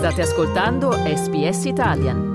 State ascoltando SBS Italian.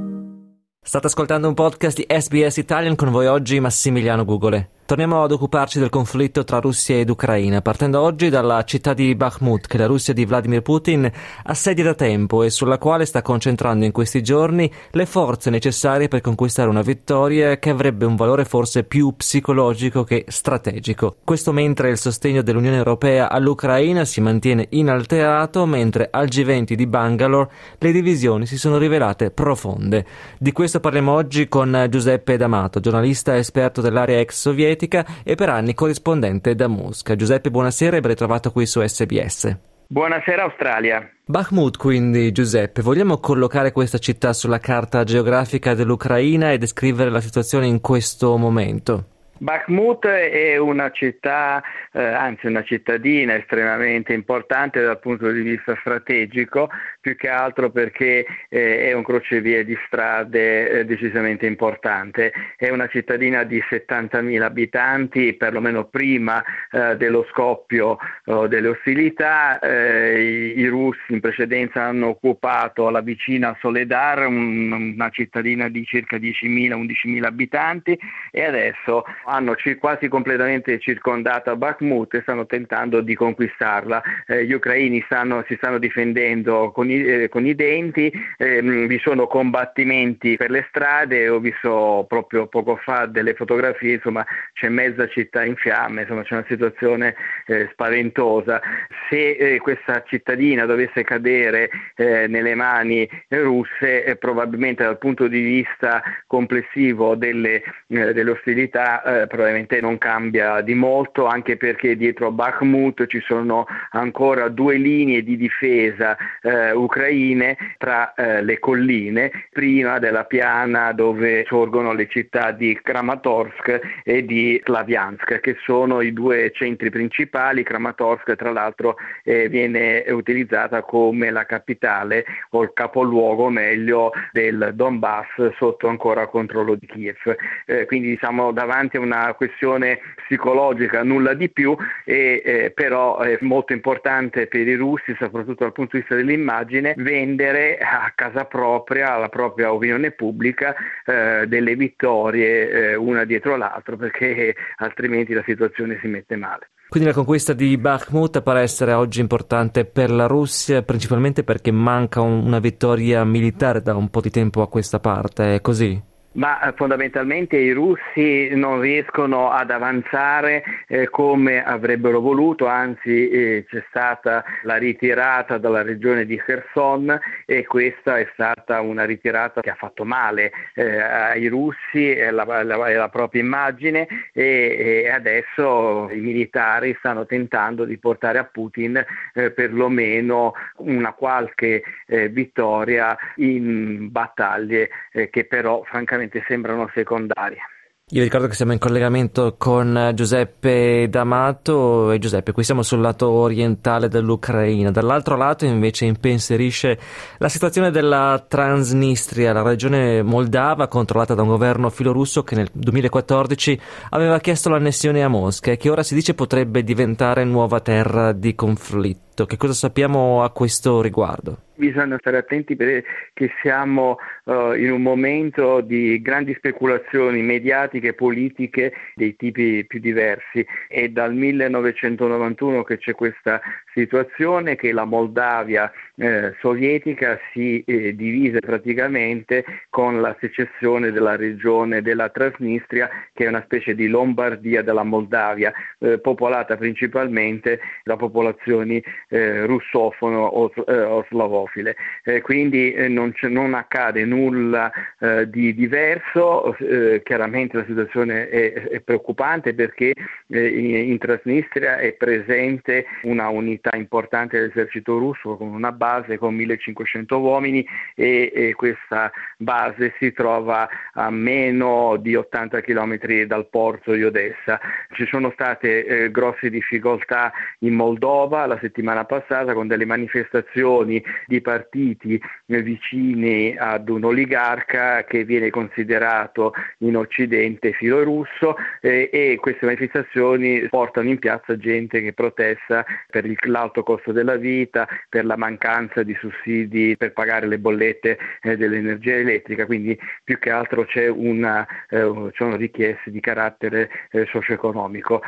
State ascoltando un podcast di SBS Italian, con voi oggi Massimiliano Gugole. Torniamo ad occuparci del conflitto tra Russia ed Ucraina, partendo oggi dalla città di Bakhmut, che la Russia di Vladimir Putin assedia da tempo e sulla quale sta concentrando in questi giorni le forze necessarie per conquistare una vittoria che avrebbe un valore forse più psicologico che strategico. Questo mentre il sostegno dell'Unione Europea all'Ucraina si mantiene inalterato, mentre al G20 di Bangalore le divisioni si sono rivelate profonde. Di questo parliamo oggi con Giuseppe D'Amato, giornalista esperto dell'area ex sovietica e per anni corrispondente da Mosca. Giuseppe, buonasera e ben ritrovato qui su SBS. Buonasera Australia. Bakhmut, quindi, Giuseppe, vogliamo collocare questa città sulla carta geografica dell'Ucraina e descrivere la situazione in questo momento? Bakhmut è una città, anzi una cittadina estremamente importante dal punto di vista strategico, più che altro perché è un crocevia di strade decisamente importante. È una cittadina di 70.000 abitanti, perlomeno prima dello scoppio delle ostilità. I russi in precedenza hanno occupato la vicina Soledar, una cittadina di circa 10.000-11.000 abitanti, e adesso hanno quasi completamente circondata Bakhmut e stanno tentando di conquistarla. Gli ucraini si stanno difendendo con i denti, vi sono combattimenti per le strade. Ho visto proprio poco fa delle fotografie, insomma c'è mezza città in fiamme, insomma c'è una situazione spaventosa. Se questa cittadina dovesse cadere nelle mani russe, probabilmente dal punto di vista complessivo delle ostilità probabilmente non cambia di molto, anche perché dietro a Bakhmut ci sono ancora due linee di difesa ucraine tra le colline, prima della piana dove sorgono le città di Kramatorsk e di Slaviansk, che sono i due centri principali. Kramatorsk tra l'altro viene utilizzata come la capitale o il capoluogo meglio del Donbass, sotto ancora controllo di Kiev. Quindi siamo davanti a una questione psicologica, nulla di più, però è molto importante per i russi, soprattutto dal punto di vista dell'immagine, vendere a casa propria, alla propria opinione pubblica, delle vittorie una dietro l'altra, perché altrimenti la situazione si mette male. Quindi la conquista di Bakhmut pare essere oggi importante per la Russia, principalmente perché manca una vittoria militare da un po' di tempo a questa parte, è così? Ma fondamentalmente i russi non riescono ad avanzare come avrebbero voluto, anzi c'è stata la ritirata dalla regione di Kherson, e questa è stata una ritirata che ha fatto male ai russi e alla propria immagine, e adesso i militari stanno tentando di portare a Putin perlomeno una qualche vittoria in battaglie che però francamente sembrano secondarie. Io ricordo che siamo in collegamento con Giuseppe D'Amato, e Giuseppe, qui siamo sul lato orientale dell'Ucraina. Dall'altro lato invece impensierisce la situazione della Transnistria, la regione moldava controllata da un governo filorusso che nel 2014 aveva chiesto l'annessione a Mosca e che ora si dice potrebbe diventare nuova terra di conflitto. Che cosa sappiamo a questo riguardo? Bisogna stare attenti perché siamo in un momento di grandi speculazioni mediatiche e politiche dei tipi più diversi. È dal 1991 che c'è questa situazione, che la Moldavia sovietica si divise praticamente con la secessione della regione della Transnistria, che è una specie di Lombardia della Moldavia, popolata principalmente da popolazioni russofone o slavofile. Quindi non accade nulla di diverso. Chiaramente la situazione è preoccupante perché in Transnistria è presente una unità importante dell'esercito russo con una base con 1.500 uomini, e questa base si trova a meno di 80 chilometri dal porto di Odessa. Ci sono state grosse difficoltà in Moldova la settimana passata, con delle manifestazioni di di partiti vicini ad un oligarca che viene considerato in Occidente filorusso, e queste manifestazioni portano in piazza gente che protesta per l'alto costo della vita, per la mancanza di sussidi per pagare le bollette dell'energia elettrica, quindi più che altro sono richieste di carattere socio-economico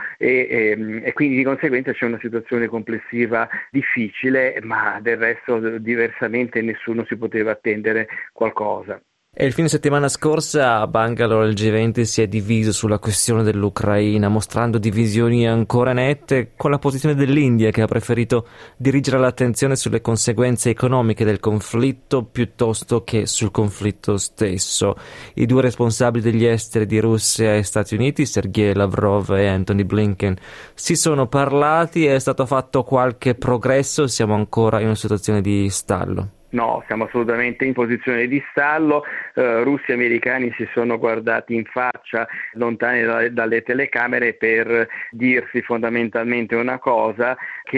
e quindi di conseguenza c'è una situazione complessiva difficile, ma del resto diversamente nessuno si poteva attendere qualcosa. E il fine settimana scorsa a Bangalore il G20 si è diviso sulla questione dell'Ucraina, mostrando divisioni ancora nette, con la posizione dell'India che ha preferito dirigere l'attenzione sulle conseguenze economiche del conflitto piuttosto che sul conflitto stesso. I due responsabili degli esteri di Russia e Stati Uniti, Sergei Lavrov e Antony Blinken, si sono parlati. È stato fatto qualche progresso? Siamo ancora in una situazione di stallo? No, siamo assolutamente in posizione di stallo. Russi e americani si sono guardati in faccia, lontani dalle telecamere, per dirsi fondamentalmente una cosa,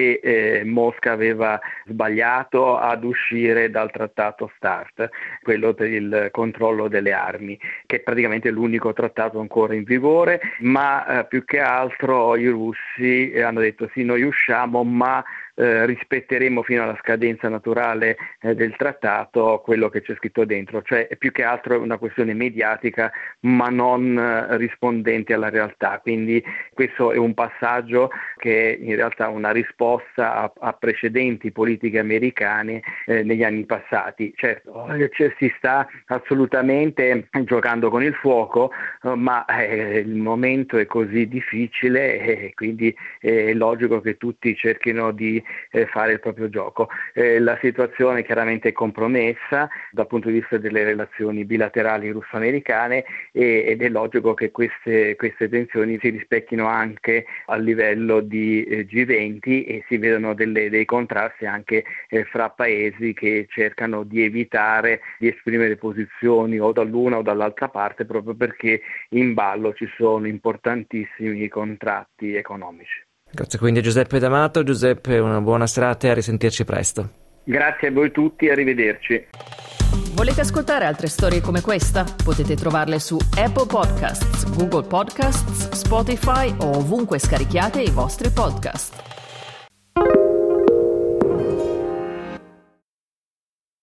che Mosca aveva sbagliato ad uscire dal trattato START, quello per il controllo delle armi, che è praticamente l'unico trattato ancora in vigore, ma più che altro i russi hanno detto sì, noi usciamo, ma rispetteremo fino alla scadenza naturale del trattato quello che c'è scritto dentro, cioè più che altro è una questione mediatica ma non rispondente alla realtà, quindi questo è un passaggio che è in realtà una risposta a precedenti politiche americane negli anni passati. Certo, si sta assolutamente giocando con il fuoco, ma il momento è così difficile e quindi è logico che tutti cerchino di fare il proprio gioco. La situazione chiaramente è compromessa dal punto di vista delle relazioni bilaterali russo-americane ed è logico che queste tensioni si rispecchino anche a livello di G20 e si vedono dei contrasti anche fra paesi che cercano di evitare di esprimere posizioni o dall'una o dall'altra parte, proprio perché in ballo ci sono importantissimi contratti economici. Grazie quindi a Giuseppe D'Amato. Giuseppe, una buona serata e a risentirci presto. Grazie a voi tutti e arrivederci. Volete ascoltare altre storie come questa? Potete trovarle su Apple Podcasts, Google Podcasts, Spotify o ovunque scarichiate i vostri podcast.